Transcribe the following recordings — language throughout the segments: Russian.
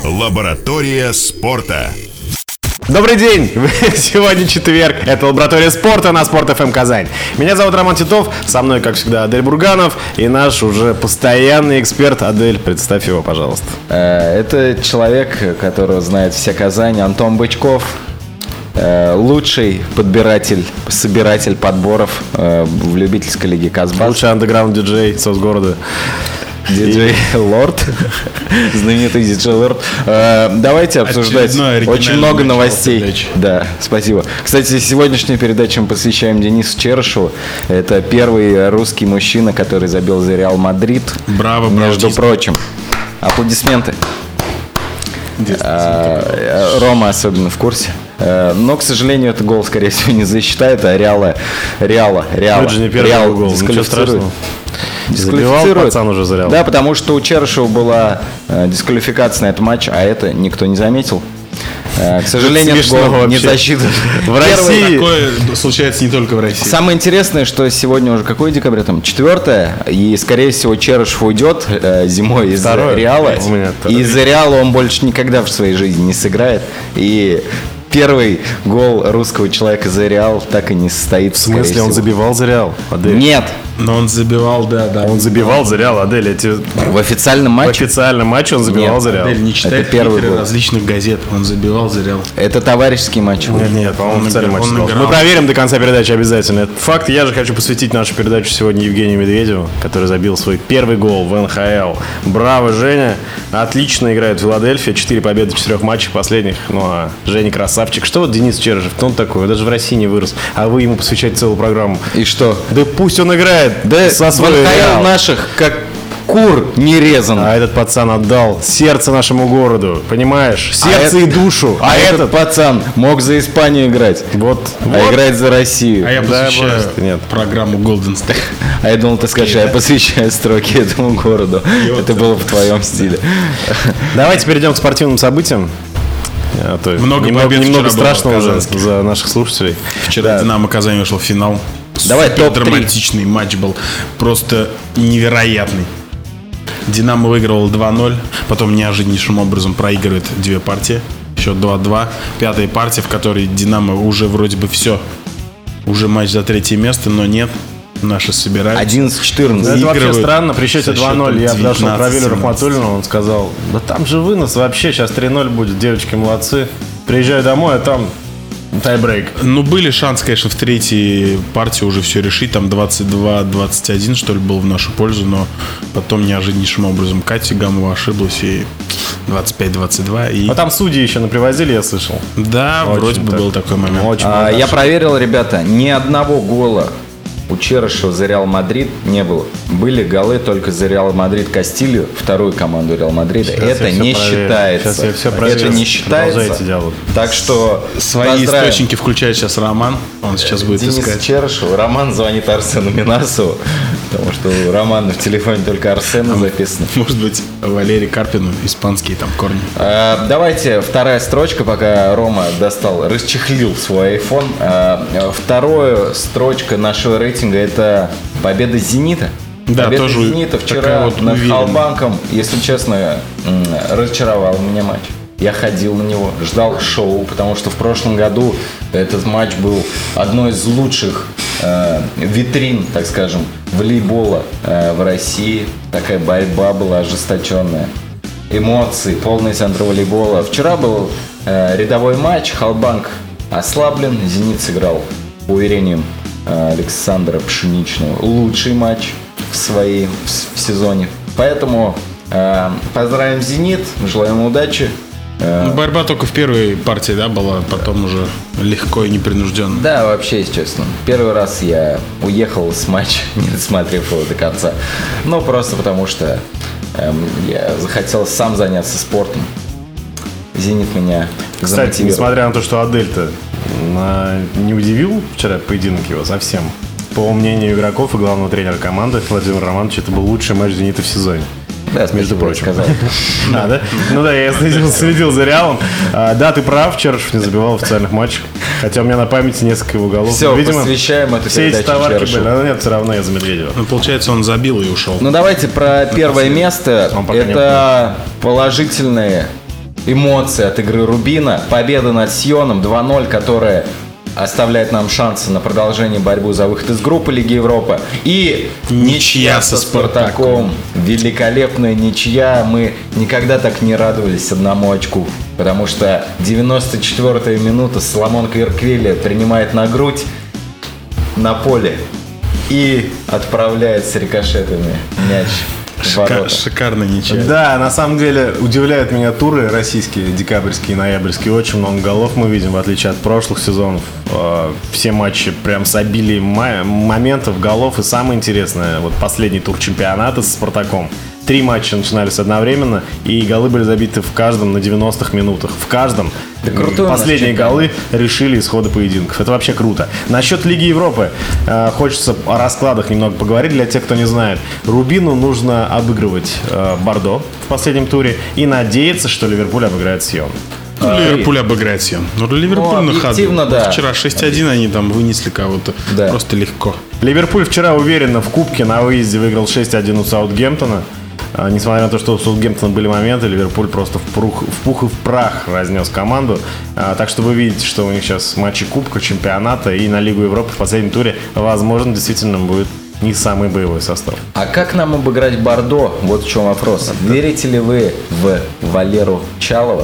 Лаборатория спорта. Добрый день! Сегодня четверг. Это Лаборатория спорта на Спорт ФМ Казань. Меня зовут Роман Титов, со мной, как всегда, Адель Бурганов и наш уже постоянный эксперт. Адель, представь его, пожалуйста. Это человек, которого знает вся Казань, Антон Бычков. Лучший подбиратель, собиратель подборов в любительской лиге Казбас. Лучший андеграунд-диджей соцгорода. Диджей Лорд. Знаменитый диджей Лорд. Давайте обсуждать. Очень много новостей. Да, спасибо. Кстати, сегодняшнюю передачу мы посвящаем Денису Черышеву. Это первый русский мужчина, который забил за Реал Мадрид. Браво, между прочим. Аплодисменты. Рома особенно в курсе. Но, к сожалению, этот гол, скорее всего, не засчитает, а Реала. Это же не первый гол, ничего страшного. Забивал пацан уже за Реал. Да, потому что у Черышева была дисквалификация на этот матч, а это никто не заметил. К сожалению, гол не засчитан. В России такое случается не только в России. Самое интересное, что сегодня уже какое декабря там? 4, и, скорее всего, Черышев уйдет зимой из Реала. И из-за Реала он больше никогда в своей жизни не сыграет. И первый гол русского человека за Реал так и не состоится. В смысле, он забивал за Реал? Адель? Нет. Но он забивал, да. Он забивал за Реал, Адель. В официальном матче? В официальном матче он забивал за Реал. Адель, не читай твиттеры различных газет. Он забивал за Реал. Это товарищеский матч. Нет, по-моему, официальный матч. Мы проверим до конца передачи обязательно. Это факт. Я же хочу посвятить нашу передачу сегодня Евгению Медведеву, который забил свой первый гол в НХЛ. Браво, Женя. Отлично играет в Филадельфии. 4 победы в 4 матчах последних. Ну, а Женя красавчик. Что вот Денис Черышев? Кто он такой? Он даже в России не вырос. А вы ему посвящаете целую программу. И что? Да пусть он играет. Да со своей НХЛ наших, как кур не резан. А этот пацан отдал сердце нашему городу. Понимаешь? Сердце и душу. А этот пацан мог за Испанию играть. Вот. Играть за Россию. А я посвящаю программу Golden State. А я думал, ты скажешь, я посвящаю строки этому городу. Это было в твоем стиле. Давайте перейдем к спортивным событиям. Немного страшного уже за наших слушателей. Вчера Динамо Казань вышел в финал. Давай топ-3. Драматичный матч был. Просто невероятный. Динамо выигрывал 2-0. Потом неожиданнейшим образом проигрывает 2 партии. Счет 2-2. 5-я партия, в которой Динамо уже вроде бы все. Уже матч за 3-е место, но нет. Наши собирают. 11-14. Это вообще странно. При счете 2-0 я подошел к Равилю Рахматуллину. Он сказал: да там же вынос вообще. Сейчас 3-0 будет. Девочки молодцы. Приезжаю домой, а там тайбрейк. Ну, были шансы, конечно, в 3-й партии уже все решить. Там 22-21, что ли, был в нашу пользу. Но потом неожиданнейшим образом Катя Гамова ошиблась. И 25-22. И... А там судьи еще напривозили, я слышал. Да, очень вроде бы был такой момент. Я проверил, ребята, ни одного гола у Черышева за Реал Мадрид не было. Были голы только за Реал Мадрид Кастилью, вторую команду Реал Мадрида. Это не считается. Сейчас я все проверю. Это не считается. Так что свои источники включает сейчас Роман. Он сейчас будет Денис искать. Черышев. Роман звонит Арсену Минасову, потому что у Романа в телефоне только Арсена записано. Может быть, Валерий Карпину, испанские там корни. Давайте вторая строчка, пока Рома расчехлил свой iPhone. Вторая строчка нашего рейтинга — это победа «Зенита». Да, победа тоже «Зенита» вчера вот над Халбанком, если честно, разочаровал меня матч. Я ходил на него, ждал шоу, потому что в прошлом году этот матч был одной из лучших витрин, так скажем, волейбола в России. Такая борьба была ожесточенная. Эмоции, полный центр волейбола. Вчера был рядовой матч, Халбанк ослаблен, «Зенит» сыграл по уверениям Александра Пшеничного лучший матч в сезоне. Поэтому поздравим «Зенит», желаем удачи. Борьба только в первой партии, да, была, потом уже легко и непринужденно. Да, вообще, если честно. Первый раз я уехал с матча, не досмотрев его до конца. Ну, просто потому что я захотел сам заняться спортом. «Зенит» меня замотивировал. Кстати, несмотря на то, что Адель-то не удивил вчера поединок его совсем. По мнению игроков и главного тренера команды Владимира Романовича, это был лучший матч «Зенита» в сезоне. Да, между прочим. Да? Ну да, я следил за Реалом. Да, ты прав, Черышев не забивал в официальных матчах. Хотя у меня на памяти несколько его голов. Все, посвящаем эту все эти товарки были, но нет, все равно я за Медведева. Ну, получается, он забил и ушел. Ну, давайте про первое место. Это положительные эмоции от игры Рубина. Победа над Сионом 2-0, которая оставляет нам шансы на продолжение борьбы за выход из группы Лиги Европы. И ничья со Спартаком. Великолепная ничья. Мы никогда так не радовались одному очку. Потому что 94-я минута Соломон Кверквили принимает на грудь на поле и отправляет с рикошетами мяч. Шикарная ничья. Да, на самом деле удивляют меня туры российские, декабрьские, ноябрьские. Очень много голов мы видим, в отличие от прошлых сезонов. Все матчи прям с обилием моментов, голов. И самое интересное, вот последний тур чемпионата с Спартаком. 3 матча начинались одновременно, и голы были забиты в каждом на 90-х минутах. В каждом. Да крутой последние голы решили исходы поединков. Это вообще круто. Насчет Лиги Европы хочется о раскладах немного поговорить для тех, кто не знает. Рубину нужно обыгрывать Бордо в последнем туре и надеяться, что Ливерпуль обыграет Сион. Ливерпуль обыграет Сион. Ливерпуль на ходу. Да. Вчера 6-1 они там вынесли кого-то. Да. Просто легко. Ливерпуль вчера уверенно в Кубке на выезде выиграл 6-1 у Саутгемптона. Несмотря на то, что у Саутгемптона были моменты, Ливерпуль просто в пух и в прах разнес команду. Так что вы видите, что у них сейчас матчи Кубка, чемпионата и на Лигу Европы в последнем туре, возможно, действительно будет не самый боевой состав. А как нам обыграть Бордо? Вот в чем вопрос. Верите ли вы в Валерия Чалова?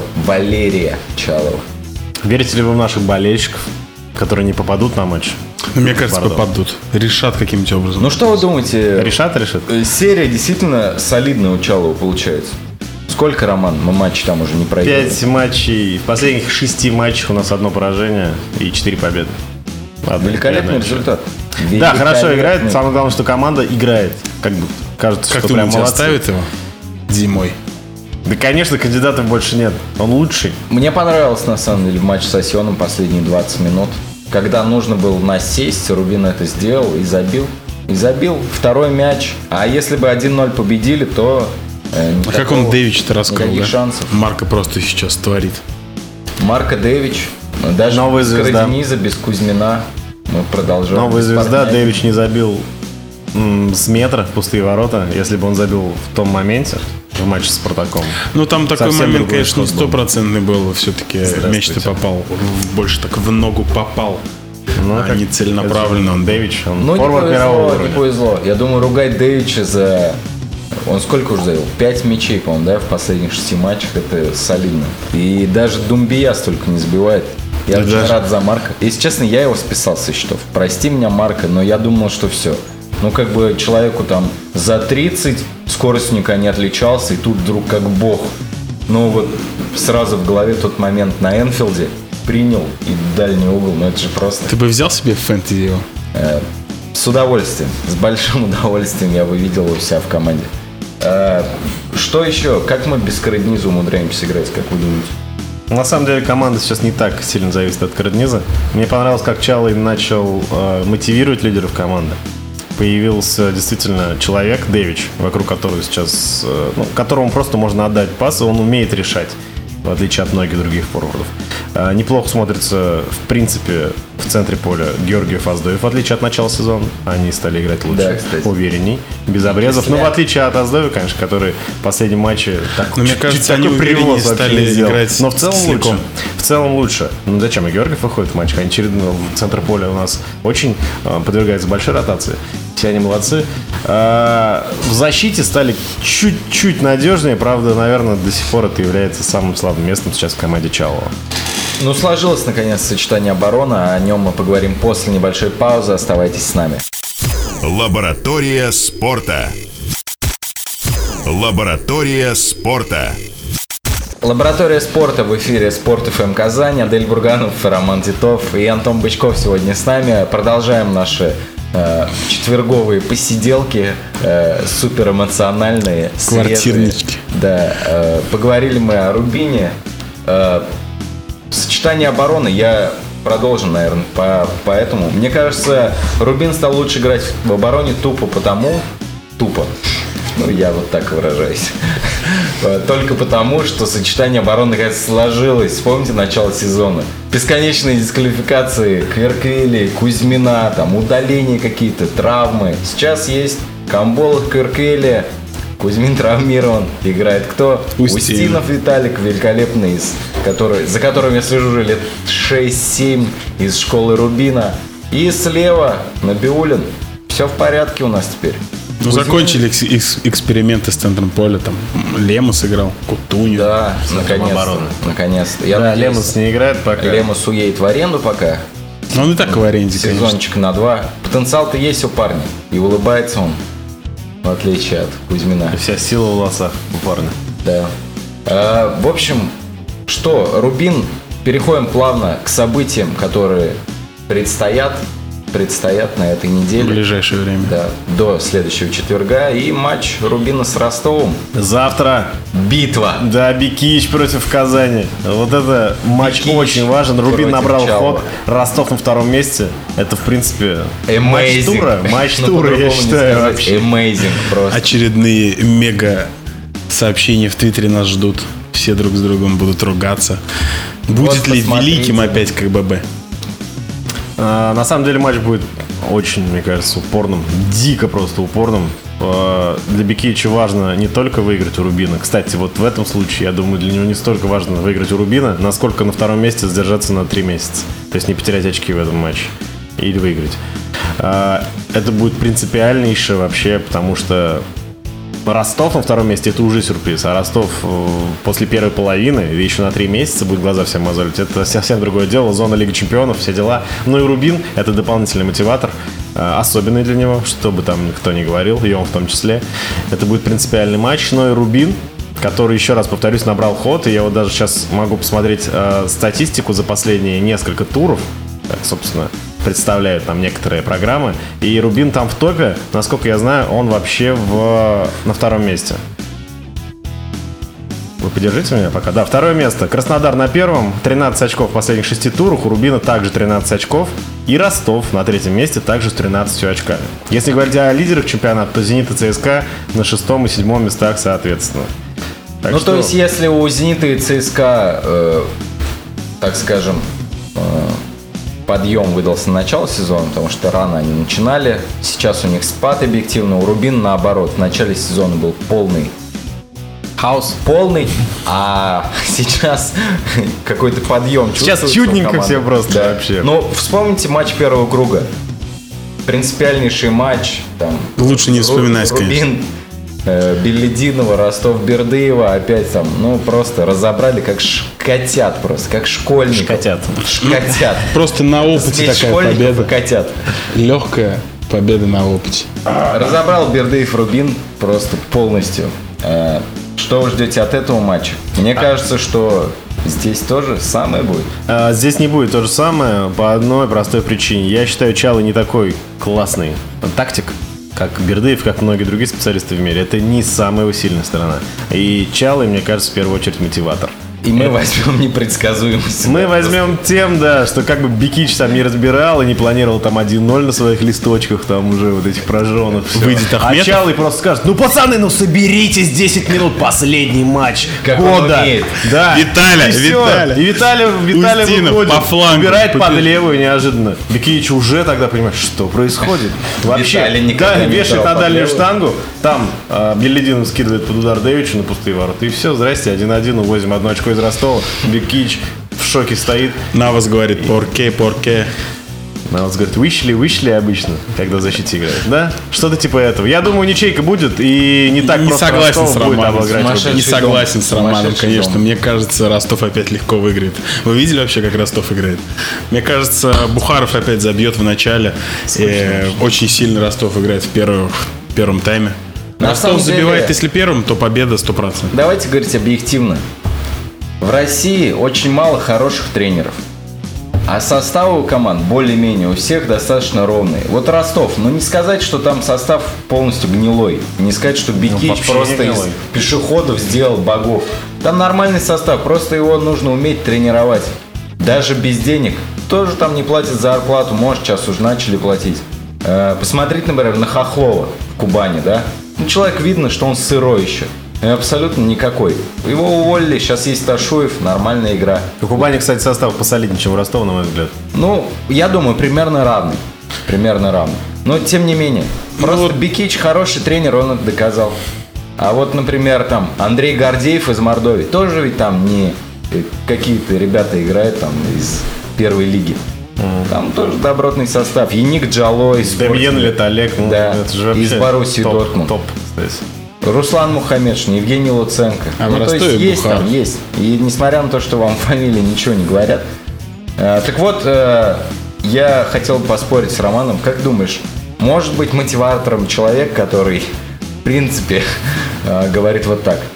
Верите ли вы в наших болельщиков, которые не попадут на матч? Мне кажется, попадут. Решат каким-нибудь образом. Ну что вы думаете? Решат? Серия действительно солидная у Чалова получается. Сколько, Роман, мы матчи там уже не проиграли? 5 матчей. В последних 6 матчах у нас 1 поражение и 4 победы. Великолепный результат. Да, хорошо играет. Самое главное, что команда играет. Как бы кажется, как что прям молодцы. Оставит его зимой? Да, конечно, кандидатов больше нет. Он лучший. Мне понравилось, на самом деле, матч с Осионом последние 20 минут. Когда нужно было насесть, Рубин это сделал и забил. Второй мяч. А если бы 1-0 победили, то... как он Дэвич-то раскрыл, да? Шансов. Марко просто сейчас творит. Марко Дэвич. Даже без Крадениза, без Кузьмина. Мы продолжаем. Новая звезда. Дэвич не забил с метра в пустые ворота. Если бы он забил в том моменте, в матче с Спартаком. Ну, там такой момент, конечно, не стопроцентный был. Все-таки мяч-то попал. Больше так в ногу попал. А не целенаправленно. Он Дэвич, он форвард мирового уровня. Не повезло. Я думаю, ругать Дэвича за... Он сколько уже завел? 5 мячей, по-моему, да, в последних 6 матчах. Это солидно. И даже Думбия столько не забивает. Я очень рад за Марка. Если честно, я его списал со счетов. Прости меня, Марко, но я думал, что все. Ну, как бы человеку там за 30, скорость никогда не отличался, и тут вдруг как бог. Ну, вот сразу в голове тот момент на Энфилде принял и дальний угол, ну это же просто... Ты бы взял себе в фэнтези его? С удовольствием, с большим удовольствием я бы видел его себя в команде. Что еще? Как мы без Крадениза умудряемся играть, как вы думаете? На самом деле команда сейчас не так сильно зависит от Крадениза. Мне понравилось, как Чалый начал мотивировать лидеров команды. Появился действительно человек, Дэвич, вокруг которого сейчас, которому просто можно отдать пас, и он умеет решать, в отличие от многих других форвардов. Неплохо смотрится, в принципе, в центре поля Георгиев, Аздоев, в отличие от начала сезона. Они стали играть лучше, да, уверенней, без обрезов. Но в отличие от Аздоева, конечно, который в последнем матче так, мне кажется, они увереннее стали играть. Но в целом лучше. В целом лучше. Ну зачем? И Георгиев выходит в матч. Они в центр поля у нас очень подвергаются большой ротации. Все они молодцы. В защите стали чуть-чуть надежнее. Правда, наверное, до сих пор это является самым слабым местом сейчас в команде Чалова. Ну, сложилось, наконец, сочетание обороны. О нем мы поговорим после небольшой паузы. Оставайтесь с нами. Лаборатория спорта. Лаборатория спорта. Лаборатория спорта в эфире Спорт ФМ Казань. Адель Бурганов, Роман Титов и Антон Бычков сегодня с нами. Продолжаем наши четверговые посиделки, суперэмоциональные, квартирнички. Да, поговорили мы о Рубине. Сочетание обороны я продолжу, наверное, поэтому. Мне кажется, Рубин стал лучше играть в обороне тупо, ну, я вот так выражаюсь. Только потому, что сочетание обороны, наконец, сложилось. Вспомните начало сезона. Бесконечные дисквалификации Кверквили, Кузьмина, там, удаления какие-то, травмы. Сейчас есть Камболов, Кверквили, Кузьмин травмирован. Играет кто? Устинов Виталик, великолепный, за которым я слежу лет 6-7 из школы Рубина. И слева Набиуллин. Все в порядке у нас теперь. Ну, закончили эксперименты с центром поля. Там Лемус играл, Кутунин. Да, наконец-то. Да, Лемус не играет пока. Лемус уедет в аренду пока. Ну, он и так в аренде, сезончик конечно. на 2. Потенциал-то есть у парня. И улыбается он, в отличие от Кузьмина. И вся сила в волосах у парня. Да. В общем, что, Рубин, переходим плавно к событиям, которые предстоят на этой неделе. В ближайшее время. Да, до следующего четверга. И матч Рубина с Ростовом. Завтра битва. Да, Бикич против Казани. Вот это матч Бикич очень важен. Рубин набрал ход. Ростов на втором месте. Это, в принципе, матч тура, я считаю, вообще. Amazing просто. Очередные мега сообщения в Твиттере нас ждут. Все друг с другом будут ругаться. Будет ли великим опять как ББ? На самом деле матч будет очень, мне кажется, упорным. Дико просто упорным. Для Бикича важно не только выиграть у Рубина. Кстати, вот в этом случае, я думаю, для него не столько важно выиграть у Рубина, насколько на втором месте задержаться на 3 месяца. То есть не потерять очки в этом матче. Или выиграть. Это будет принципиальнейшее вообще, потому что Ростов на втором месте — это уже сюрприз. А Ростов после первой половины еще на 3 месяца будет глаза всем мозолить. Это совсем другое дело. Зона Лиги Чемпионов, все дела. Ну и Рубин — это дополнительный мотиватор, особенный для него, что бы там никто ни говорил, и он в том числе. Это будет принципиальный матч. Но и Рубин, который, еще раз повторюсь, набрал ход. И я вот даже сейчас могу посмотреть статистику за последние несколько туров, как, собственно, представляют там некоторые программы. И Рубин там в топе, насколько я знаю, он вообще на втором месте. Вы поддержите меня пока? Да, второе место. Краснодар на первом, 13 очков в последних 6 турах. У Рубина также 13 очков. И Ростов на третьем месте также с 13 очками. Если говорить о лидерах чемпионата, то Зенит и ЦСКА на 6-м и 7-м местах соответственно. Так ну, что... то есть, если у Зенита и ЦСКА, так скажем, подъем выдался на начало сезона, потому что рано они начинали. Сейчас у них спад объективно. У Рубина наоборот. В начале сезона был полный хаос, а сейчас какой-то подъем чувствуется. Сейчас чудненько все просто вообще. Но вспомните матч первого круга. Принципиальнейший матч. Там, лучше не вспоминать, Рубин, Беллидинова, Ростов-Бердыева опять там, ну, просто разобрали как котят просто, как школьников. Шкотят. Просто на опыте такая победа. Котят. Легкая победа на опыте. Разобрал Бердыев Рубин просто полностью. Что вы ждете от этого матча? Мне кажется, что здесь тоже самое будет. Здесь не будет то же самое по одной простой причине. Я считаю, Чалый не такой классный тактик, как Бердыев, как многие другие специалисты в мире. Это не самая его сильная сторона. И Чалый, мне кажется, в первую очередь мотиватор. И мы возьмем непредсказуемость. Мы возьмем тем, да, что как бы Бикич там не разбирал и не планировал там 1-0 на своих листочках, там уже вот этих прожженных. Выйдет Ахметов. А Чалый просто скажет: ну, пацаны, ну соберитесь, 10 минут, последний матч как года. Да. И Виталий выходит, по флангу убирает под левую неожиданно. Бикич уже тогда понимает, что происходит. Вообще, да, вешает на дальнюю штангу, там Беллидинов скидывает под удар Дэвича на пустые ворота. И все, здрасте, 1-1, увозим одно очко из Ростова. Бикич в шоке стоит. Навас говорит порке. Навас говорит вышли обычно, когда в защите играет. Да? Что-то типа этого. Я думаю, ничейка будет, и не так не просто согласен Ростов с Романом. будет обыграть. Не согласен с Романом, конечно. Мне кажется, Ростов опять легко выиграет. Вы видели вообще, как Ростов играет? Мне кажется, Бухаров опять забьет в начале. Очень сильно Ростов играет в первом тайме. Ростов забивает, если первым, то победа 100%. Давайте говорить объективно. В России очень мало хороших тренеров. А составы у команд более-менее у всех достаточно ровные. Вот Ростов, ну не сказать, что там состав полностью гнилой. Не сказать, что Бикич просто из пешеходов сделал богов. Там нормальный состав, просто его нужно уметь тренировать. Даже без денег. Тоже там не платят зарплату, может сейчас уже начали платить. Посмотрите, например, на Хохлова в Кубани, да? Ну, человек видно, что он сырой еще. Абсолютно никакой. Его уволили, сейчас есть Ташуев, нормальная игра. У Кубани, кстати, состав посолиднее, чем у Ростова, на мой взгляд. Ну, я думаю, примерно равный. Но, тем не менее. Просто Бикич хороший тренер, он это доказал. А вот, например, там Андрей Гордеев из Мордовии, тоже ведь там не какие-то ребята играют там из первой лиги. Там тоже добротный состав. Яник Джало из Демьен Леталек, да, это же из Боруссии Дортмунд. Топ здесь. Руслан Мухаммедшин, Евгений Луценко. в то есть Ростове есть Бухар. там, есть. И несмотря на то, что вам фамилии ничего не говорят. Так вот, я хотел бы поспорить с Романом. Как думаешь, может быть мотиватором человек, который, в принципе, говорит вот так: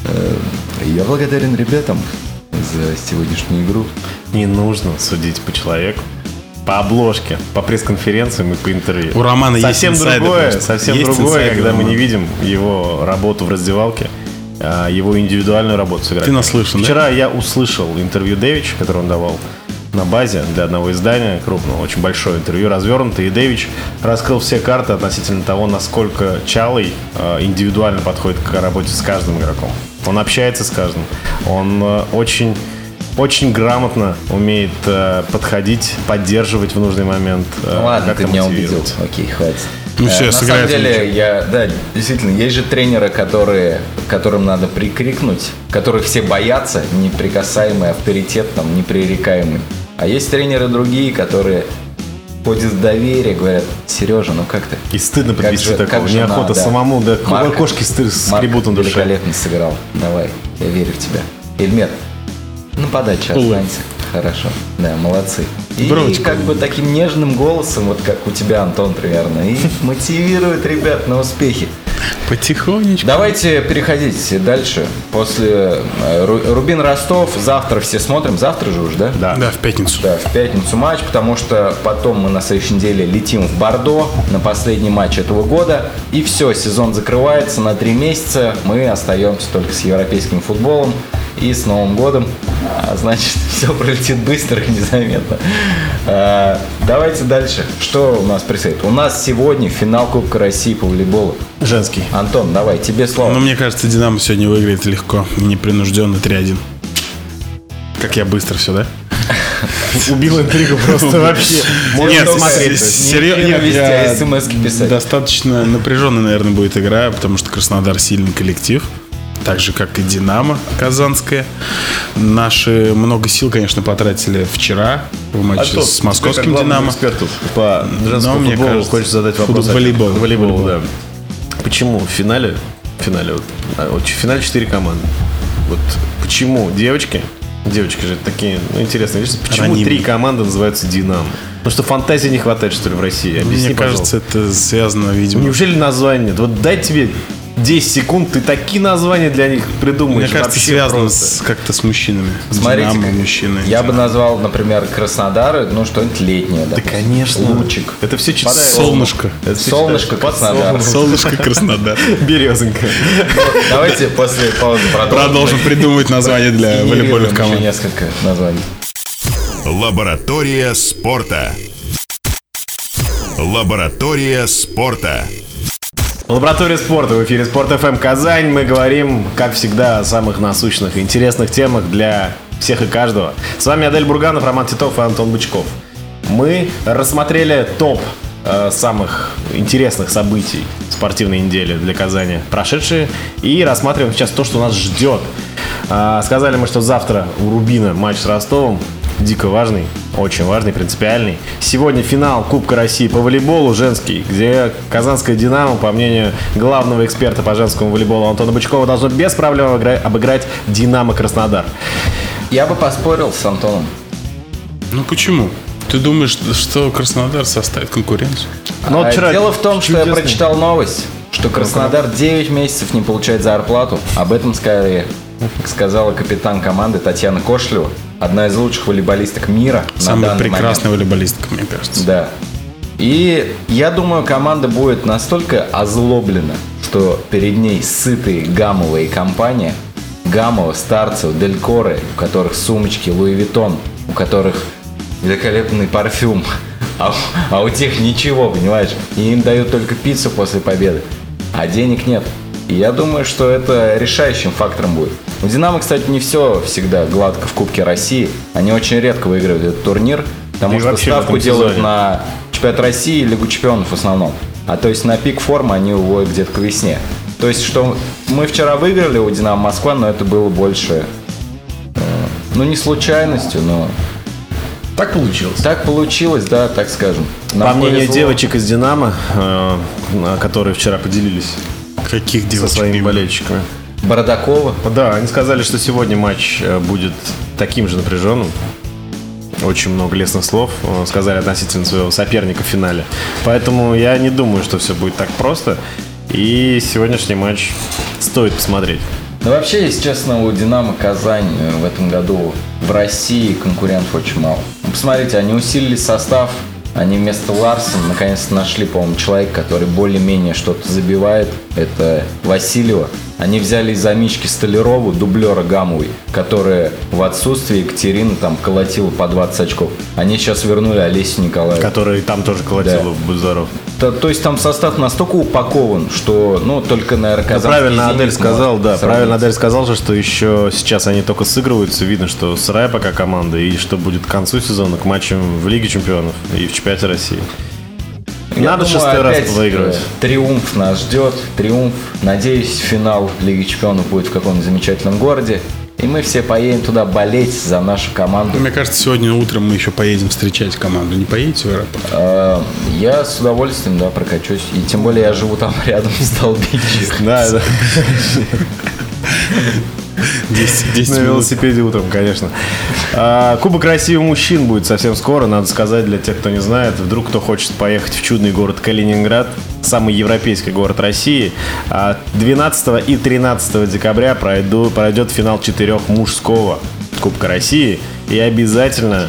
я благодарен ребятам за сегодняшнюю игру. Не нужно судить по человеку, по обложке, по пресс-конференциям и по интервью. У Романа совсем есть инсайды другое, просто. совсем Есть другое, инсайды когда у мы не Романа. видим его работу в раздевалке, его индивидуальную работу сыграть. Ты наслышан, да? Вчера я услышал интервью Дэвича, которое он давал на базе для одного издания крупного, очень большое интервью, развернутое, и Дэвич раскрыл все карты относительно того, насколько Чалый индивидуально подходит к работе с каждым игроком. Он общается с каждым, он очень грамотно умеет подходить, поддерживать в нужный момент. Ладно, как-то ты меня убедил. мотивировать. Окей, хватит. Ну все, На самом сыграет деле, да, действительно, есть же тренеры, которым надо прикрикнуть, которых все боятся, неприкасаемый авторитет, там, непререкаемый. А есть тренеры другие, которые ходят в доверие, говорят: Сережа, ну как ты? И стыдно Как подвести же- такого. как жена, Неохота да. самому, да, Марк- кошки скребут на Марк душе. великолепно сыграл. Давай, я верю в тебя. Эльмер, на подаче останься. Хорошо. Да, молодцы. И Бровочку. как бы таким нежным голосом, вот как у тебя, Антон, примерно, и мотивирует ребят на успехи. Потихонечку. Давайте переходить дальше. После Рубин Ростов. Завтра все смотрим. Завтра же уже, да? Да. Да, в пятницу. Да, в пятницу матч, потому что потом мы на следующей неделе летим в Бордо на последний матч этого года. И все, сезон закрывается на 3 месяца. Мы остаемся только с европейским футболом и с Новым годом. А значит, все пролетит быстро и незаметно. Давайте дальше. Что у нас предстоит? У нас сегодня финал Кубка России по волейболу. Женский. Антон, давай, тебе слово. Но мне кажется, Динамо сегодня выиграет легко, непринужденно 3-1. Как я быстро все, да? Убил интригу просто вообще. Нет, только смотреть. не вести, а смс-ки писать. Достаточно напряженная, наверное, будет игра, потому что Краснодар сильный коллектив. Так же, как и Динамо Казанская. Наши много сил, конечно, потратили вчера в матче с московским Динамо. Эксперту по женскому мне футболу кажется, хочешь задать вопрос? волейбол. Волейбол, да. Почему в финале в финале 4 команды? Вот почему девочки же такие, интересные вещи. Почему Анонимные. 3 команды называются Динамо? Потому что фантазии не хватает, что ли, в России? Объясни, Мне кажется, это связано, видимо. неужели название нет? Вот дай тебе 10 секунд, ты такие названия для них придумаешь. Мне кажется, вообще связано просто. как-то с мужчинами. Смотрите, Динамо, мужчины. я бы назвал, например, Краснодар, что-нибудь летнее. Да, допустим. конечно. Лучик. Это все читают. Солнышко. Это все Солнышко читают. Краснодар. Солнышко Краснодар. Березонька. Давайте после паузы Продолжим придумывать название для волейбольных Еще команд. несколько названий. Лаборатория спорта. Лаборатория спорта. Лаборатория спорта. В эфире Спорт ФМ Казань. Мы говорим, как всегда, о самых насущных и интересных темах для всех и каждого. С вами Адель Бурганов, Роман Титов и Антон Бычков. Мы рассмотрели топ самых интересных событий спортивной недели для Казани прошедшие и рассматриваем сейчас то, что нас ждет. Сказали мы, что завтра у Рубина матч с Ростовом. Дико важный, очень важный, принципиальный. Сегодня финал Кубка России по волейболу женский, где казанская «Динамо», по мнению главного эксперта по женскому волейболу Антона Бычкова, должно без проблем обыграть «Динамо» Краснодар. Я бы поспорил с Антоном. Ну почему? Ты думаешь, что Краснодар составит конкуренцию? Но вот вчера Дело в том, что я чудесный- прочитал новость, что Краснодар 9 месяцев не получает зарплату. Об этом сказала капитан команды Татьяна Кошлева, одна из лучших волейболисток мира. на Самая данный прекрасная момент. волейболистка, мне кажется. Да. И я думаю, команда будет настолько озлоблена, что перед ней сытые Гамова и компания. Гамова, Старцев, Делькоры, у которых сумочки Луи Виттон, у которых великолепный парфюм, а у тех ничего, понимаешь? И им дают только пиццу после победы, а денег нет. И я думаю, что это решающим фактором будет. У «Динамо», кстати, не все всегда гладко в Кубке России. Они очень редко выигрывают этот турнир, потому И что вообще в ставку этом делают сезоне. на чемпионат России и Лигу чемпионов в основном. А то есть на пик формы они уводят где-то к весне. То есть, что мы вчера выиграли у «Динамо Москва», но это было больше, не случайностью, но... Так получилось. Так получилось, да, так скажем. По мнению девочек из «Динамо», которые вчера поделились Каких девочек? со своими болельщиками. Бардакова. Да, они сказали, что сегодня матч будет таким же напряженным. Очень много лестных слов сказали относительно своего соперника в финале. Поэтому я не думаю, что все будет так просто. И сегодняшний матч стоит посмотреть. Ну, вообще, если честно, у «Динамо Казань» в этом году в России конкурентов очень мало. Посмотрите, они усилили состав. Они вместо Ларсена наконец-то нашли, по-моему, человека, который более-менее что-то забивает. Это Васильева. Они взяли из-за Мички Столярову, дублера Гамовой, которая в отсутствии Екатерины там колотила по 20 очков. Они сейчас вернули Олесю Николаеву. Который там тоже колотил, Да. будь здоров. То есть там состав настолько упакован, что, только, наверное, казанский Правильно «Зенит» Адель сказал, может да. сравниться. Правильно Адель сказал же, что еще сейчас они только сыгрываются. Видно, что сырая пока команда. И что будет к концу сезона, к матчам в Лиге чемпионов и в чемпионате России. Я Надо думаю, 6-й раз опять, выигрывать. Триумф нас ждет. Триумф. Надеюсь, финал Лиги чемпионов будет в каком-то замечательном городе. И мы все поедем туда болеть за нашу команду. Мне кажется, сегодня утром мы еще поедем встречать команду. Не поедете в аэропорт? Я с удовольствием, прокачусь. И тем более я живу там рядом с Долбичи. Да, да. 10 На минут. велосипеде утром, конечно. Кубок России у мужчин будет совсем скоро. Надо сказать для тех, кто не знает. Вдруг кто хочет поехать в чудный город Калининград, самый европейский город России. 12 и 13 декабря пройдет финал 4 мужского Кубка России. И обязательно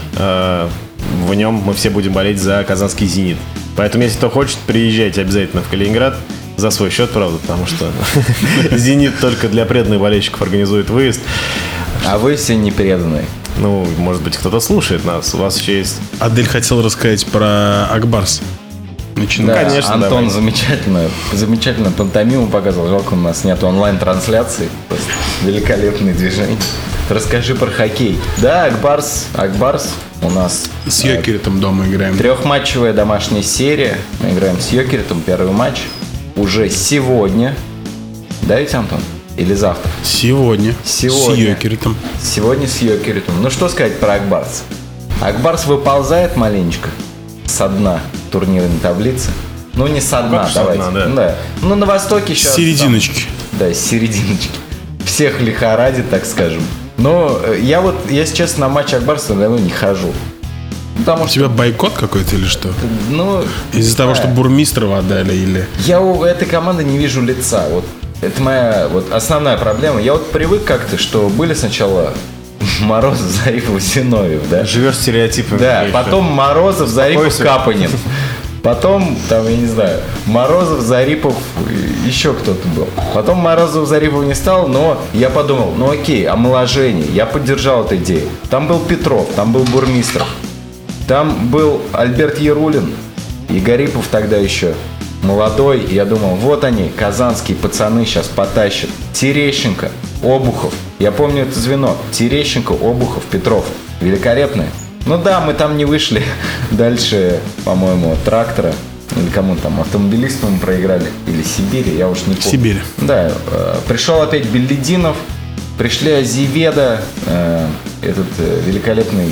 в нем мы все будем болеть за казанский «Зенит». Поэтому, если кто хочет, приезжайте обязательно в Калининград. За свой счет, правда, потому что «Зенит» только для преданных болельщиков организует выезд. А вы все не преданные. Ну, может быть, кто-то слушает нас. У вас еще есть... Адель хотел рассказать про Акбарс. Да, конечно, Антон давай. замечательно пантомиму показывал. Жалко, у нас нет онлайн-трансляции. Просто великолепные движения. Расскажи про хоккей. Да, Акбарс у нас С Йокеритом дома играем. трехматчевая домашняя серия. Мы играем с Йокеритом первый матч. Уже сегодня. Да ведь, Антон? Или завтра? Сегодня. С Йокеритом. Сегодня с Йокеритом. Ну что сказать про Акбарс? Акбарс выползает маленечко со дна турнирной таблицы. Ну не со дна, Как со давайте. дна, да. Да. Ну на Востоке С сейчас... серединочки. Да, с серединочки. Всех лихорадит, так скажем. Но я если честно, на матч Акбарса давно не хожу. Потому У тебя бойкот какой-то или что? Из-за того, что да. Бурмистрова отдали или... Я у этой команды не вижу лица. Вот это моя основная проблема. Я привык как-то, что были сначала Морозов, Зарипов, Зиновьев, да? Живешь стереотипами. Да, конечно. потом Морозов, Зарипов, Успокойся. Капанин. Потом, там, я не знаю, Морозов, Зарипов, еще кто-то был. Потом Морозов, Зарипов не стал, но я подумал, окей, омоложение. Я поддержал эту идею. Там был Петров, там был Бурмистров. Там был Альберт Ярулин и Гарипов тогда еще молодой. И я думал, вот они, казанские пацаны сейчас потащат. Терещенко, Обухов. Я помню это звено. Терещенко, Обухов, Петров. Великолепные. Ну да, мы там не вышли дальше, по-моему, Трактора. Или кому там, автомобилисту мы проиграли. Или Сибири, я уж не помню. Сибирь. Да, пришел опять Беллидинов. Пришли Азиведа, этот великолепный...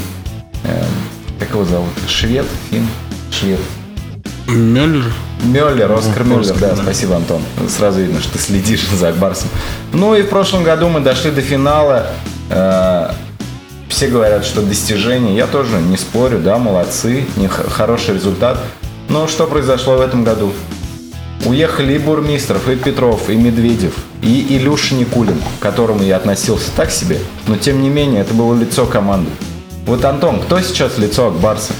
Как его зовут? Швед? Фин? Швед. Мюллер. Оскар Мюллер, да, спасибо, Антон. Сразу видно, что ты следишь за Акбарсом. Ну и в прошлом году мы дошли до финала. Все говорят, что достижение. Я тоже не спорю, да, молодцы, хороший результат. Но что произошло в этом году? Уехали и Бурмистров, и Петров, и Медведев, и Илюша Никулин, к которому я относился так себе. Но тем не менее, это было лицо команды. Вот, Антон, кто сейчас лицо Акбарса?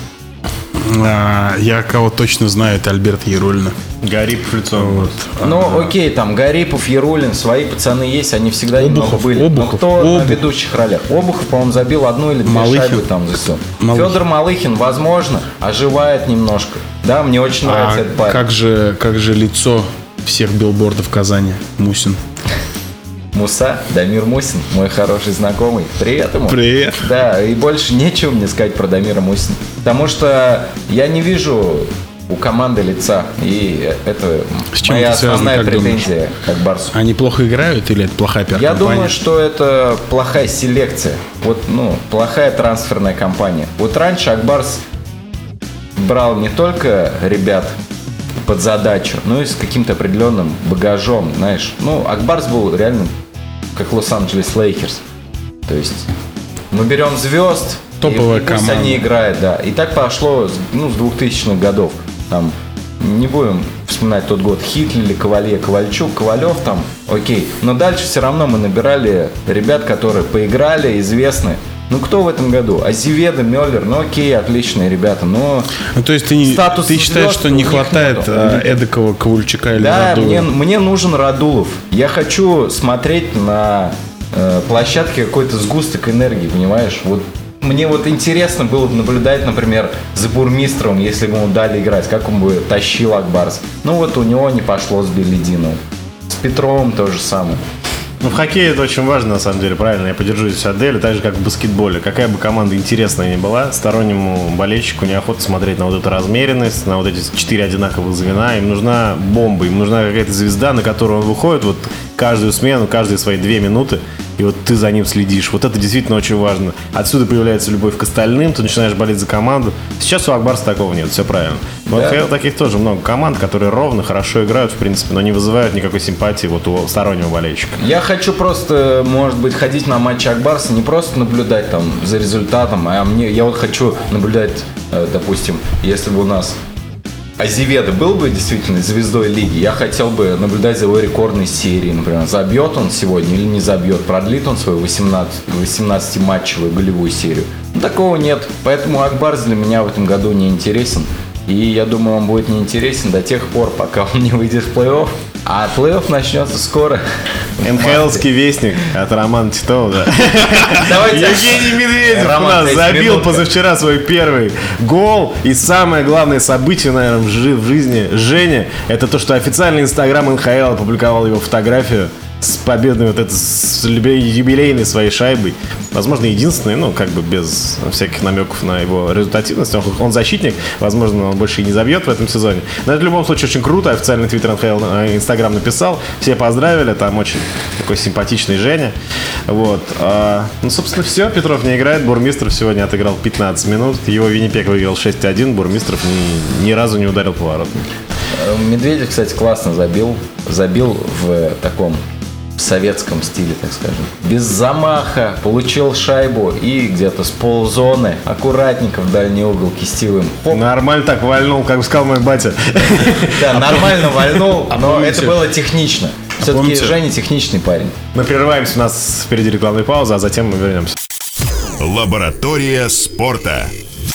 Я кого точно знаю, это Альберт Ярулин. Гарипов лицо. Вот. Ну, окей, там Гарипов, Ярулин, свои пацаны есть, они всегда немного были. Но кто на ведущих ролях? Обухов, по-моему, забил одну или две шайбы там за все. Федор Малыхин, возможно, оживает немножко. Да, мне очень нравится этот парень. Как же лицо всех билбордов Казани? Мусин. Муса, Дамир Мусин, мой хороший знакомый. Привет ему. Привет. Да, и больше нечего мне сказать про Дамира Мусина. Потому что я не вижу у команды лица. И это это моя связано, основная как претензия к Акбарсу. Они плохо играют или это плохая пиар-компания? Я думаю, что это плохая селекция. Плохая трансферная кампания. Вот раньше Акбарс брал не только ребят под задачу, но и с каким-то определенным багажом, знаешь. Акбарс был реально как Лос-Анджелес Лейкерс. То есть мы берем звезд, топовая и пусть команда. они играют, да. И так пошло с 2000-х годов. Там, не будем вспоминать тот год, Хитлили, Ковальчук, Ковалев там, окей. Но дальше все равно мы набирали ребят, которые поиграли, известны. Кто в этом году? Азеведо, Мюллер, окей, отличные ребята, но... то есть ты считаешь, что не хватает эдакого Ковальчука или Радулова? Да, мне нужен Радулов. Я хочу смотреть на площадке какой-то сгусток энергии, понимаешь? Мне интересно было бы наблюдать, например, за Бурмистровым, если бы ему дали играть, как он бы тащил Акбарс. У него не пошло с Белединовым. С Петровым то же самое. В хоккее это очень важно, на самом деле, правильно, я поддержу здесь Аделю, так же, как в баскетболе. Какая бы команда интересная ни была, стороннему болельщику неохота смотреть на эту размеренность, на эти 4 одинаковых звена. Им нужна бомба, им нужна какая-то звезда, на которую он выходит каждую смену, каждые свои 2 минуты, и ты за ним следишь. Это действительно очень важно. Отсюда появляется любовь к остальным, ты начинаешь болеть за команду. Сейчас у Акбарса такого нет, все правильно. Но таких тоже много команд, которые ровно, хорошо играют, в принципе, но не вызывают никакой симпатии у стороннего болельщика. Я хочу просто, может быть, ходить на матчи Акбарса, не просто наблюдать там за результатом, я хочу наблюдать, допустим, если бы у нас Азеведо был бы действительно звездой лиги, я хотел бы наблюдать за его рекордной серией, например, забьет он сегодня или не забьет, продлит он свою 18-матчевую голевую серию. Такого нет, поэтому Акбарс для меня в этом году не интересен. И я думаю, он будет неинтересен до тех пор, пока он не выйдет в плей-офф. А плей-офф начнется скоро. НХЛский вестник от Романа Титова, да. Евгений Медведев у нас забил позавчера свой первый гол. И самое главное событие, наверное, в жизни Жени, это то, что официальный инстаграм НХЛ опубликовал его фотографию с победной с юбилейной своей шайбой. Возможно, единственный, без всяких намеков на его результативность. Он защитник, возможно, он больше и не забьет в этом сезоне. Но это в любом случае очень круто. Официальный твиттер НХЛ, инстаграм написал. Все поздравили, там очень такой симпатичный Женя. Собственно, все. Петров не играет. Бурмистров сегодня отыграл 15 минут. Его Виннипег выиграл 6-1. Бурмистров ни разу не ударил поворотом. Медведев, кстати, классно забил. Забил в таком советском стиле, так скажем. Без замаха, получил шайбу и где-то с ползоны аккуратненько в дальний угол кистевым. Нормально так вальнул, как сказал мой батя. Да, нормально вальнул, но это было технично. Все-таки Женя техничный парень. Мы прерываемся, у нас впереди рекламная пауза, а затем мы вернемся. Лаборатория спорта.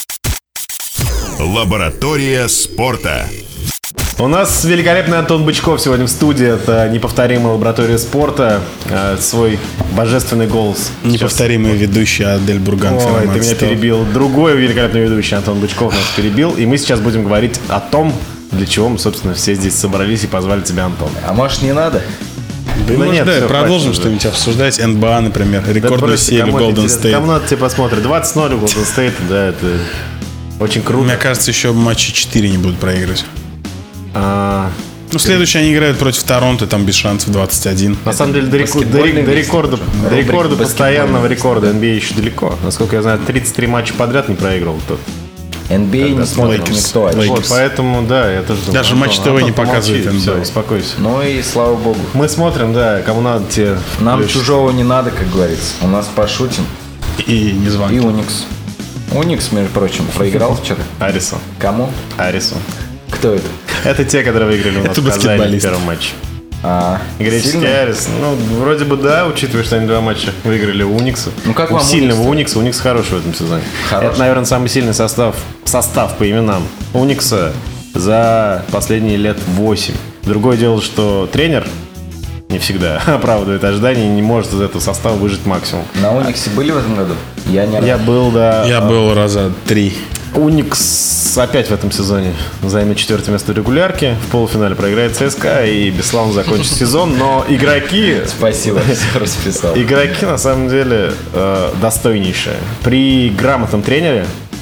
Лаборатория спорта. У нас великолепный Антон Бычков сегодня в студии. Это неповторимая лаборатория спорта. Свой божественный голос. Неповторимый ведущий Адель Бурган. Ой, ты меня перебил. Другой великолепный ведущий Антон Бычков нас перебил. И мы сейчас будем говорить о том, для чего мы, собственно, все здесь собрались и позвали тебя, Антон. А может, не надо? Продолжим что-нибудь обсуждать. НБА, например, рекордную серию Golden State. Кому надо тебе посмотреть? 20-0 у Golden State, да, это очень круто. Мне кажется, еще матча 4 не будут проигрывать. Следующий они играют против Торонто, там без шансов 21. На самом деле до рекорда постоянного рекорда NBA еще далеко. Насколько я знаю, 33 матча подряд не проигрывал кто-то. NBA не смотрит никто. Поэтому, да, я тоже думаю. Даже Матч ТВ не показывает NBA. Все, успокойся. И слава богу. Мы смотрим, да, кому надо те. Нам чужого не надо, как говорится. У нас пошутим. И не звонки. И Уникс. Уникс, между прочим, проиграл вчера. Арисон. Кому? Арисон. Кто это? Это те, которые выиграли у нас в Казани в первом матче. Греческий Арис. Вроде бы да, учитывая, что они 2 матча выиграли у Уникса. Как вам сильного Уникса. Уникс хороший в этом сезоне. Это, наверное, самый сильный состав по именам Уникса за последние лет 8. Другое дело, что тренер не всегда оправдывает ожидания и не может из этого состава выжать максимум. На Униксе были в этом году? Я был, да. Я был раза 3. Уникс опять в этом сезоне займет 4-е место регулярки. В полуфинале проиграет ЦСКА и бесславно закончит сезон. Но игроки... Спасибо, все расписал. Игроки, на самом деле, достойнейшие. При грамотном тренере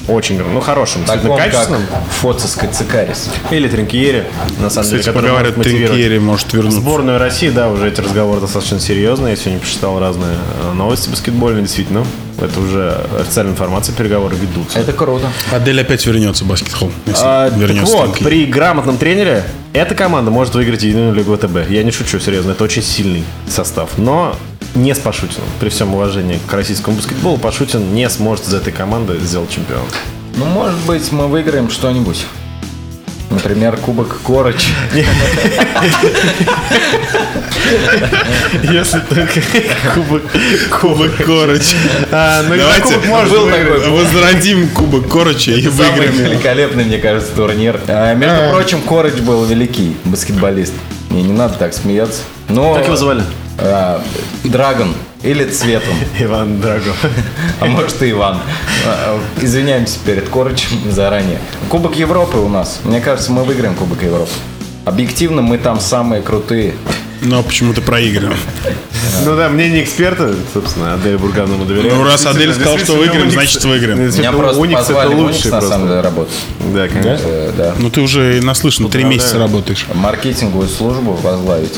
Очень, хорошим, действительно качественным. Фоцис Кацикарис. Или Тринкьери, на самом деле, Кстати, который поговорят, может мотивировать. Тринкьери может вернуться. Сборную России, да, уже эти разговоры достаточно серьезные. Я сегодня почитал разные новости баскетбольные, действительно. Это уже официальная информация, переговоры ведутся. Это круто. Адель опять вернется в баскетбол. Если Так вернется вот, Тринкьери. при грамотном тренере эта команда может выиграть единую лигу ВТБ. Я не шучу, серьезно, это очень сильный состав. Но не с Пашутиным. При всем уважении к российскому баскетболу, Пашутин не сможет из этой команды сделать чемпиона. Ну, может быть, мы выиграем что-нибудь. Например, Кубок Корочи. Если только Кубок Корочи. Давайте Был такой возродим Кубок Корочи и самый выиграем. великолепный, мне кажется, турнир. Между прочим, Корочь был великий баскетболист. Мне не надо так смеяться. Но Как его звали? Драгон или Цветом. Иван Драго. А может и Иван. Извиняемся перед Корочем заранее. Кубок Европы у нас. Мне кажется, мы выиграем Кубок Европы. Объективно, мы там самые крутые. Но почему-то проигрываем. Ну да, мнение эксперта, собственно, Адель Бурганову доверяю. Ну, раз Адель сказал, что выиграем, значит выиграем. Меня просто Уникс это позвали в Уникс, лучший на просто. самом деле, работать. Да, конечно. Да. Ну, ты уже наслышан, 3 месяца работаешь. Маркетинговую службу возглавить.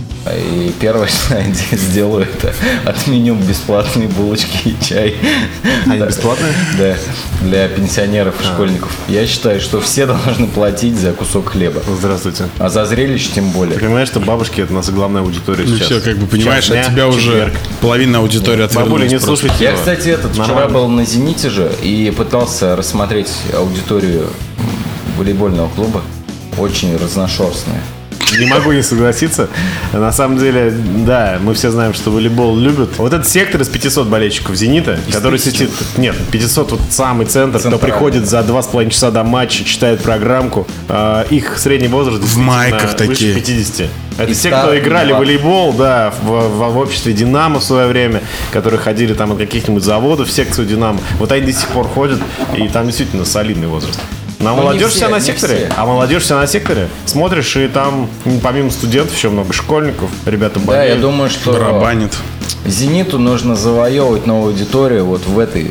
И первое, что я сделаю, это отменю бесплатные булочки и чай. Они бесплатные? Да, для пенсионеров и школьников. Я считаю, что все должны платить за кусок хлеба. Здравствуйте. А за зрелище тем более. Ты понимаешь, что бабушки — это наша главная аудитория Ну сейчас. все, как бы понимаешь, Сейчас от тебя дня, уже четверг. половина аудитории Бабуля, не отвернулась просто. слушайте Я, его. кстати, вчера Нормально. был на «Зените» же и пытался рассмотреть аудиторию волейбольного клуба. Очень разношерстная. Не могу не согласиться. На самом деле, да, мы все знаем, что волейбол любят. Вот этот сектор из 500 болельщиков «Зенита», который сидит... Нет, 500 вот самый центр, кто Центральный. приходит за 2,5 часа до матча, читает программку. Их средний возраст действительно майках выше такие. 50. Это И те, кто старт, играли в два. волейбол, да, в обществе «Динамо» в свое время, которые ходили там от каких-нибудь заводов в секцию «Динамо». Вот они до сих пор ходят, и там действительно солидный возраст. Но не молодежь все, вся на не секторе. все. А молодежь вся на секторе. Смотришь, и там помимо студентов еще много школьников. Ребята Да, болеют. я думаю, что Барабанит. «Зениту» нужно завоевывать новую аудиторию вот в этой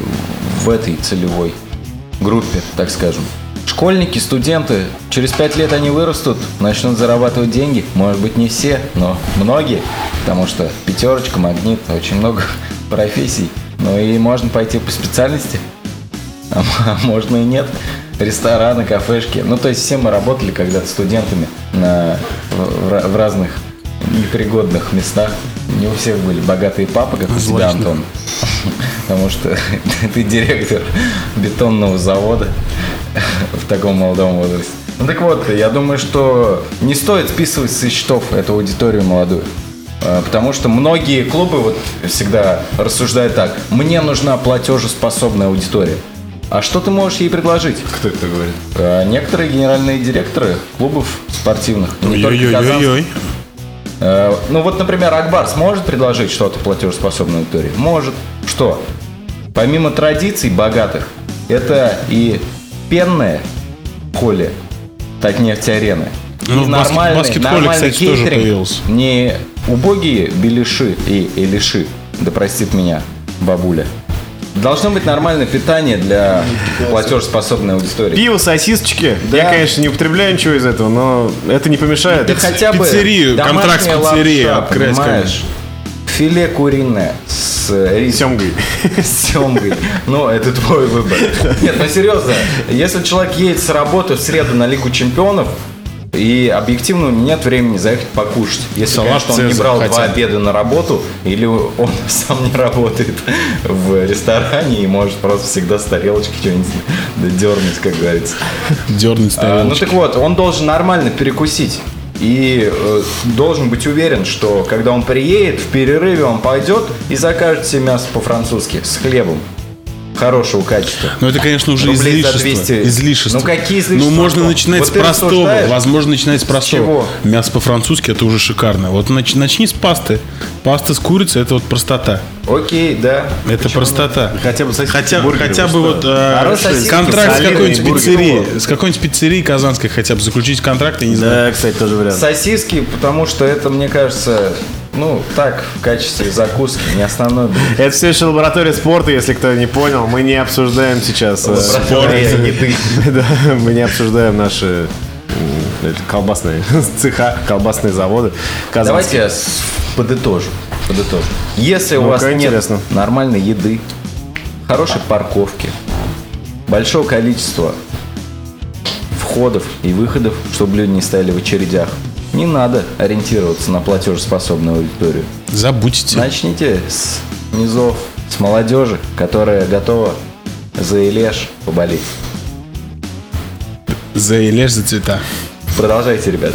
целевой группе, так скажем. Школьники, студенты, через 5 лет они вырастут, начнут зарабатывать деньги. Может быть, не все, но многие. Потому что «Пятерочка», «Магнит», очень много профессий. Ну и можно пойти по специальности, а можно и нет. Рестораны, кафешки. Ну, то есть все мы работали когда-то студентами в разных непригодных местах. Не у всех были богатые папы, как у тебя, Антон. Потому что ты директор бетонного завода в таком молодом возрасте. Ну так вот, я думаю, что не стоит списывать со счетов эту аудиторию молодую. Потому что многие клубы вот всегда рассуждают так: мне нужна платежеспособная аудитория. А что ты можешь ей предложить? Кто это говорит? Некоторые генеральные директоры клубов спортивных. Не только казанских. Ой-ой-ой. Ну вот, например, Акбар сможет предложить что-то платежеспособной аудитории? Может. Что? Помимо традиций богатых, это и пенное поле Татнефть-арены. Ну, И в нормальный баскет-холле, кстати, тоже кейтеринг. появился. Не убогие беляши и элиши, да простит меня бабуля. Должно быть нормальное питание для платежеспособной аудитории. Пиво, сосисочки. Да. Я, конечно, не употребляю ничего из этого, но это не помешает. Да хотя бы пиццерию, контракт с домашняя пиццерией лапша, открыть, понимаешь? Филе куриное с рисом. Семгой. С семгой. Ну, это твой выбор. Нет, ну серьезно, если человек едет с работы в среду на Лигу Чемпионов, и объективно у него нет времени заехать покушать. Если, Салат конечно, он не «Цезарь» брал хотя 2 бы. обеда на работу, или он сам не работает в ресторане и может просто всегда с тарелочки что-нибудь дернуть, как говорится. Дернуть Ну тарелочки. так вот, он должен нормально перекусить. И должен быть уверен, что когда он приедет, в перерыве он пойдет и закажет себе мясо по-французски с хлебом хорошего качества. Ну, это, конечно, уже Рублей за излишество. 200. Излишество. Ну, какие излишества? Ну, можно начинать Вот с ты простого. рассуждаешь? Возможно, начинать с простого. чего? Мясо по-французски — это уже шикарно. Вот начни с пасты. Паста с курицей — это вот простота. Окей, да. Это простота. Хотя бы сосиски, Хотя бургеры, бы вы вот что? Хорошие сосиски, контракт с солидные какой-нибудь бургеры. пиццерией. С какой-нибудь пиццерией казанской хотя бы заключить контракт, я не знаю. Да, кстати, тоже вариант. Сосиски, потому что это, мне кажется, Ну, так, в качестве закуски, не основной блюдо. Это все еще лаборатория спорта, если кто не понял. Мы не обсуждаем сейчас Лаборатория еды. Да, мы не обсуждаем наши колбасные цеха, колбасные заводы. Давайте я подытожу. Если у вас нет интересно. нормальной еды, хорошей парковки, большого количества входов и выходов, чтобы люди не стояли в очередях, не надо ориентироваться на платежеспособную аудиторию. Забудьте. Начните с низов, с молодежи, которая готова за Элеш поболеть. За Элеш, за цвета. Продолжайте, ребята.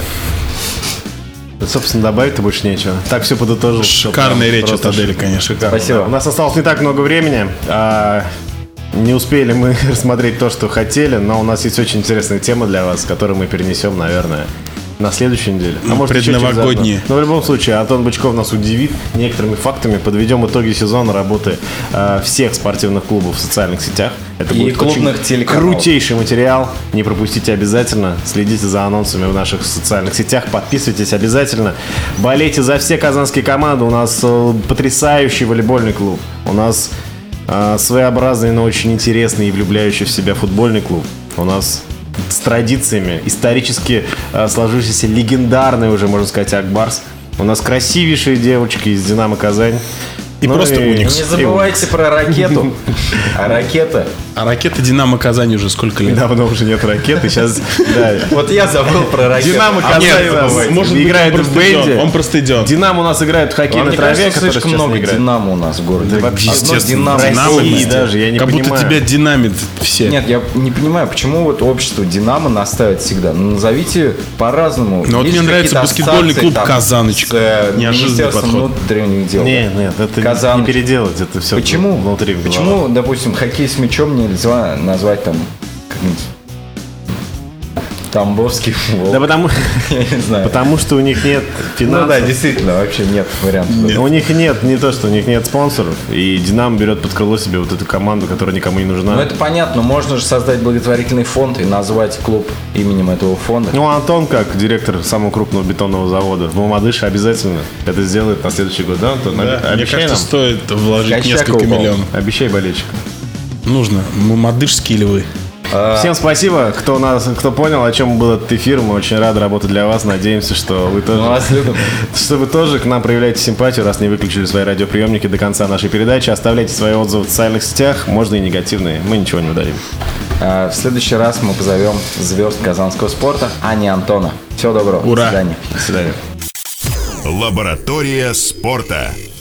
Да, собственно, добавить-то больше нечего. Так все подытожил. Шикарная речь от Адели, конечно. Спасибо. У нас осталось не так много времени. Не успели мы рассмотреть то, что хотели, но у нас есть очень интересная тема для вас, которую мы перенесем, наверное, на следующей неделе. Предновогодние. Но в любом случае, Антон Бычков нас удивит некоторыми фактами. Подведем итоги сезона работы всех спортивных клубов в социальных сетях. Это И будет клубных очень телеканалов. крутейший материал. Не пропустите обязательно. Следите за анонсами в наших социальных сетях. Подписывайтесь обязательно. Болейте за все казанские команды. У нас потрясающий волейбольный клуб. У нас своеобразный, но очень интересный и влюбляющий в себя футбольный клуб. У нас с традициями, исторически сложившийся легендарный уже, можно сказать, Акбарс. У нас красивейшие девочки из «Динамо Казань». И просто И Уникс. не забывайте про ракету. А ракета... А ракета Динамо Казань уже сколько лет? Давно уже нет ракеты. Сейчас, да. Вот я забыл про ракету. «Динамо А Казань» нет, у нас забывайте. Может быть, играет он в просто идет. бенде. Он просто идет. «Динамо» у нас играет в хоккей Вам на не траве, кажется, который слишком сейчас не много играет. «Динамо» у нас в городе? Естественно, «Динамо» «Динамо» России есть. даже, я не Как будто понимаю. тебя динамит все. Нет, я не понимаю, почему вот общество «Динамо» наставит всегда. Ну, назовите по-разному. Ну, вот Есть мне нравится какие-то баскетбольный ассоциации, клуб там, «Казаночка». с Неожиданный Министерством подход. внутренних дел. Нет, это Казан. не переделать, это все Почему? внутри. в головах. Почему, допустим, хоккей с мячом нельзя назвать там как-нибудь Тамбовский футбол? Да потому, Я не знаю. потому что у них нет Ну финансов. да, действительно, вообще нет вариантов. У них нет, не то, что у них нет спонсоров, и «Динамо» берет под крыло себе вот эту команду, которая никому не нужна. Ну это понятно, можно же создать благотворительный фонд и назвать клуб именем этого фонда. Ну, Антон, как директор самого крупного бетонного завода в Мамадыше, обязательно это сделает на следующий год, да, Антон? Да, мне Обещай кажется, нам. стоит вложить Качак несколько упал. миллионов. Обещай болельщикам. Нужно. Мамадышские львы. Всем спасибо, кто понял, о чем был этот эфир. Мы очень рады работать для вас. Надеемся, что вы тоже, Мы вас любим. что вы тоже к нам проявляете симпатию, раз не выключили свои радиоприемники до конца нашей передачи. Оставляйте свои отзывы в социальных сетях, можно и негативные. Мы ничего не удалим. В следующий раз мы позовем звезд казанского спорта, а не Антона. Всего доброго. Ура. До свидания. До свидания. Лаборатория спорта.